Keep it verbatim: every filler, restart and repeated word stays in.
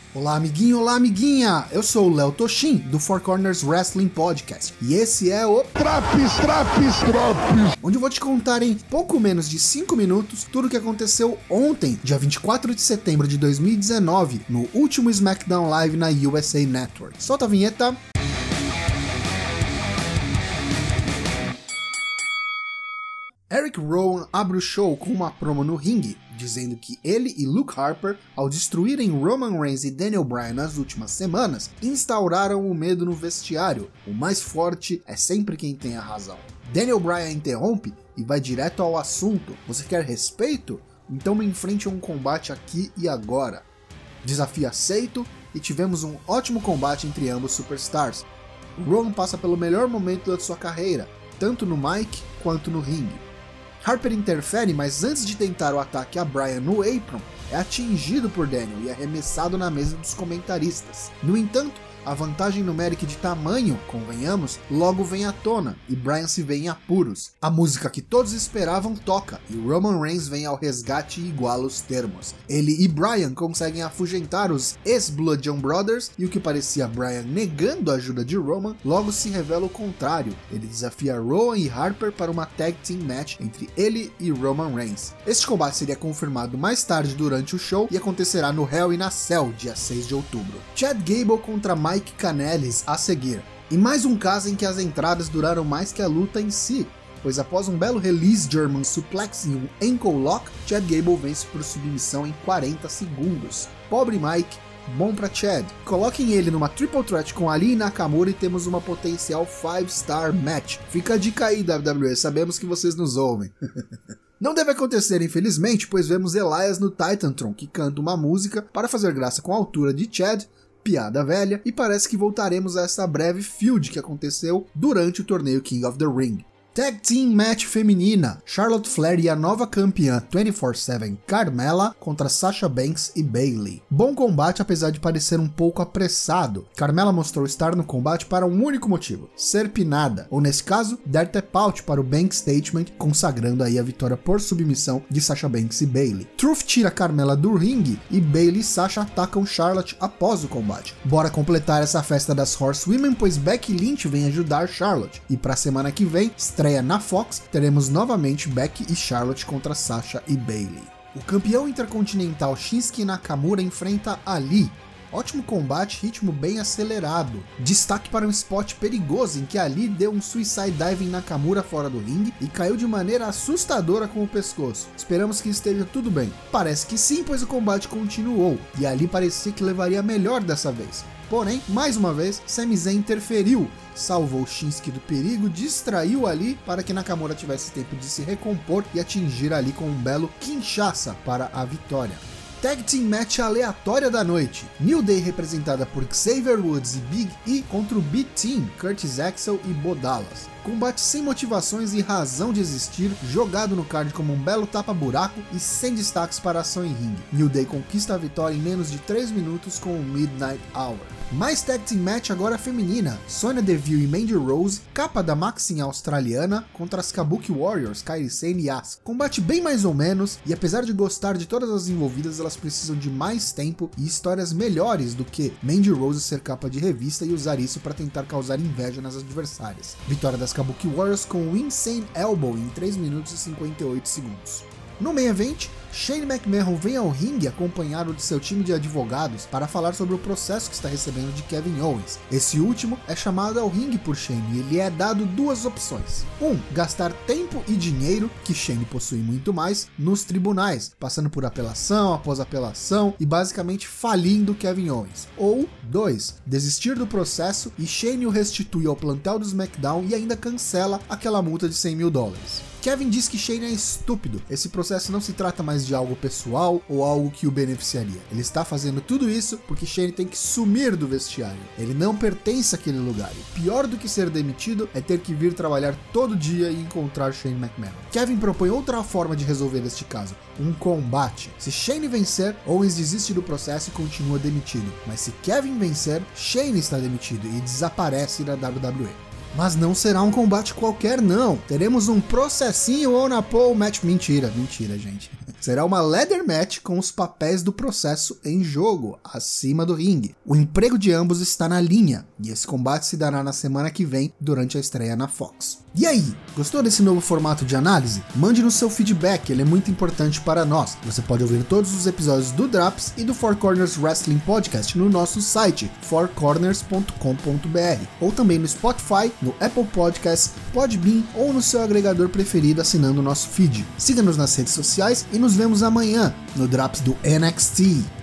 Olá amiguinho, olá amiguinha, eu sou o Léo Toshin do Four Corners Wrestling Podcast e esse é o Traps, Traps, Traps, onde eu vou te contar em pouco menos de cinco minutos tudo o que aconteceu ontem, dia vinte e quatro de setembro de dois mil e dezenove, no último SmackDown Live na U S A Network. Solta a vinheta. Eric Rowan abre o show com uma promo no ringue, dizendo que ele e Luke Harper, ao destruírem Roman Reigns e Daniel Bryan nas últimas semanas, instauraram o medo no vestiário. O mais forte é sempre quem tem a razão. Daniel Bryan interrompe e vai direto ao assunto. Você quer respeito? Então me enfrente a um combate aqui e agora. Desafio aceito e tivemos um ótimo combate entre ambos superstars. Rowan passa pelo melhor momento da sua carreira, tanto no mic quanto no ringue. Harper interfere, mas antes de tentar o ataque a Bryan no apron, é atingido por Daniel e arremessado na mesa dos comentaristas. No entanto, a vantagem numérica de tamanho, convenhamos, logo vem à tona e Bryan se vê em apuros. A música que todos esperavam toca e Roman Reigns vem ao resgate e iguala os termos. Ele e Bryan conseguem afugentar os ex-Bludgeon Brothers e o que parecia Bryan negando a ajuda de Roman, logo se revela o contrário. Ele desafia Rowan e Harper para uma tag team match entre ele e Roman Reigns. Este combate seria confirmado mais tarde durante o show e acontecerá no Hell in a Cell, dia seis de outubro. Chad Gable contra Mike Kanellis a seguir. E mais um caso em que as entradas duraram mais que a luta em si, pois após um belo release German suplex e um ankle lock, Chad Gable vence por submissão em quarenta segundos. Pobre Mike, bom pra Chad. Coloquem ele numa triple threat com Ali e Nakamura e temos uma potencial five star match. Fica a dica aí, W W E, sabemos que vocês nos ouvem. Não deve acontecer, infelizmente, pois vemos Elias no Titantron, que canta uma música para fazer graça com a altura de Chad, piada velha, e parece que voltaremos a essa breve feud que aconteceu durante o torneio King of the Ring. Tag Team Match feminina, Charlotte Flair e a nova campeã vinte e quatro sete Carmella contra Sasha Banks e Bayley. Bom combate apesar de parecer um pouco apressado. Carmella mostrou estar no combate para um único motivo, ser pinada, ou nesse caso, dar tap out para o Banks Statement, consagrando aí a vitória por submissão de Sasha Banks e Bayley. Truth tira Carmella do ringue e Bayley e Sasha atacam Charlotte após o combate. Bora completar essa festa das Horsewomen, pois Becky Lynch vem ajudar Charlotte, e pra semana que vem, estreia na Fox, teremos novamente Becky e Charlotte contra Sasha e Bayley. O campeão intercontinental Shinsuke Nakamura enfrenta Ali. Ótimo combate, ritmo bem acelerado. Destaque para um spot perigoso em que Ali deu um suicide dive em Nakamura fora do ringue e caiu de maneira assustadora com o pescoço. Esperamos que esteja tudo bem. Parece que sim, pois o combate continuou e Ali parecia que levaria melhor dessa vez. Porém, mais uma vez, Sami Zayn interferiu, salvou Shinsuke do perigo, distraiu Ali para que Nakamura tivesse tempo de se recompor e atingir Ali com um belo Kinshasa para a vitória. Tag Team Match aleatória da noite. New Day representada por Xavier Woods e Big E contra o B-Team, Curtis Axel e Bo Dallas. Combate sem motivações e razão de existir, jogado no card como um belo tapa-buraco e sem destaques para ação em ringue. New Day conquista a vitória em menos de três minutos com o Midnight Hour. Mais Tag Team Match agora feminina, Sonya Deville e Mandy Rose, capa da Maxim australiana, contra as Kabuki Warriors, Kairi Sane e Asuka. Combate bem mais ou menos, e apesar de gostar de todas as envolvidas, elas precisam de mais tempo e histórias melhores do que Mandy Rose ser capa de revista e usar isso para tentar causar inveja nas adversárias. Vitória das Kabuki Warriors com o Insane Elbow em três minutos e cinquenta e oito segundos. No main event, Shane McMahon vem ao ringue acompanhado de seu time de advogados para falar sobre o processo que está recebendo de Kevin Owens. Esse último é chamado ao ringue por Shane e ele é dado duas opções. um. Gastar tempo e dinheiro, que Shane possui muito mais, nos tribunais, passando por apelação após apelação e basicamente falindo Kevin Owens. Ou dois. Desistir do processo e Shane o restitui ao plantel do SmackDown e ainda cancela aquela multa de cem mil dólares. Kevin diz que Shane é estúpido, esse processo não se trata mais de algo pessoal ou algo que o beneficiaria. Ele está fazendo tudo isso porque Shane tem que sumir do vestiário. Ele não pertence àquele lugar. E pior do que ser demitido é ter que vir trabalhar todo dia e encontrar Shane McMahon. Kevin propõe outra forma de resolver este caso, um combate. Se Shane vencer, Owens desiste do processo e continua demitido. Mas se Kevin vencer, Shane está demitido e desaparece da W W E. Mas não será um combate qualquer não, teremos um processinho ou na pole match, mentira, mentira gente. Será uma ladder match com os papéis do processo em jogo, acima do ringue. O emprego de ambos está na linha, e esse combate se dará na semana que vem, durante a estreia na Fox. E aí, gostou desse novo formato de análise? Mande-nos seu feedback, ele é muito importante para nós. Você pode ouvir todos os episódios do Drops e do Four Corners Wrestling Podcast no nosso site, four corners ponto com ponto b r, ou também no Spotify, no Apple Podcasts, Podbean ou no seu agregador preferido assinando o nosso feed. Siga-nos nas redes sociais e nos vemos amanhã no Drops do N X T.